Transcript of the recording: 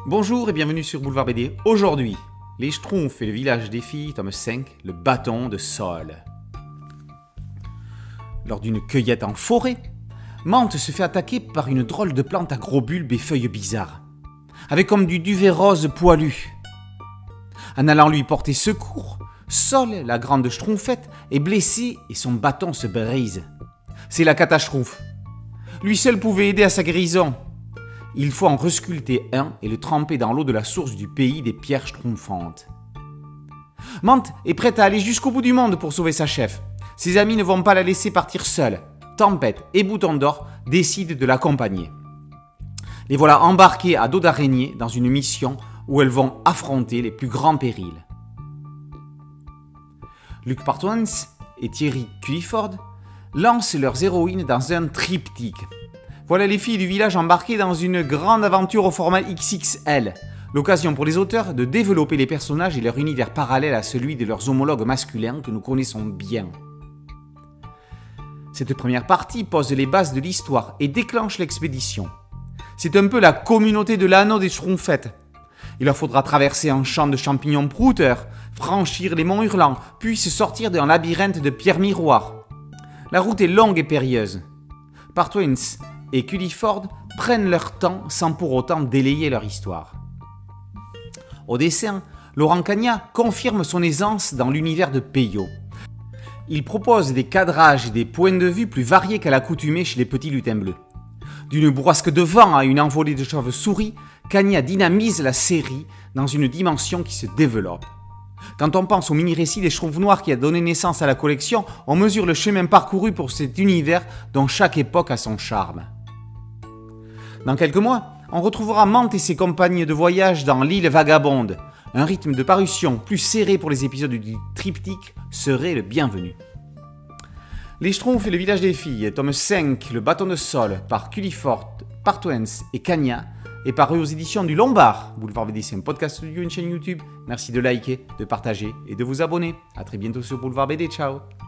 Bonjour et bienvenue sur Boulevard BD. Aujourd'hui, les Schtroumpfs et le village des filles, tome 5, le bâton de Sol. Lors d'une cueillette en forêt, Mante se fait attaquer par une drôle de plante à gros bulbes et feuilles bizarres, avec comme du duvet rose poilu. En allant lui porter secours, Sol, la grande Schtroumpfette, est blessée et son bâton se brise. C'est la catastrophe. Lui seul pouvait aider à sa guérison. Il faut en resculpter un et le tremper dans l'eau de la source du pays des pierres schtroumpfantes. Mante est prête à aller jusqu'au bout du monde pour sauver sa chef. Ses amis ne vont pas la laisser partir seule. Tempête et Bouton d'Or décident de l'accompagner. Les voilà embarqués à dos d'araignée dans une mission où elles vont affronter les plus grands périls. Luc Partoens et Thierry Culliford lancent leurs héroïnes dans un triptyque. Voilà les filles du village embarquées dans une grande aventure au format XXL. L'occasion pour les auteurs de développer les personnages et leur univers parallèle à celui de leurs homologues masculins que nous connaissons bien. Cette première partie pose les bases de l'histoire et déclenche l'expédition. C'est un peu la communauté de l'anneau des Schtroumpfettes. Il leur faudra traverser un champ de champignons prouteurs, franchir les monts hurlants, puis se sortir d'un labyrinthe de pierres miroirs. La route est longue et périlleuse. Partoens et Culliford prennent leur temps sans pour autant délayer leur histoire. Au dessin, Laurent Cagnat confirme son aisance dans l'univers de Peyo. Il propose des cadrages et des points de vue plus variés qu'à l'accoutumée chez les petits lutins bleus. D'une bourrasque de vent à une envolée de chauves-souris, Cagnat dynamise la série dans une dimension qui se développe. Quand on pense au mini-récit des Schtroumpfs noirs qui a donné naissance à la collection, on mesure le chemin parcouru pour cet univers dont chaque époque a son charme. Dans quelques mois, on retrouvera Mante et ses compagnes de voyage dans l'île vagabonde. Un rythme de parution plus serré pour les épisodes du triptyque serait le bienvenu. Les Schtroumpfs et le village des filles, tome 5, le bâton de Sol, par Culliford, Partoens et Cagnat, est paru aux éditions du Lombard. Boulevard BD, c'est un podcast studio, une chaîne YouTube. Merci de liker, de partager et de vous abonner. A très bientôt sur Boulevard BD, ciao.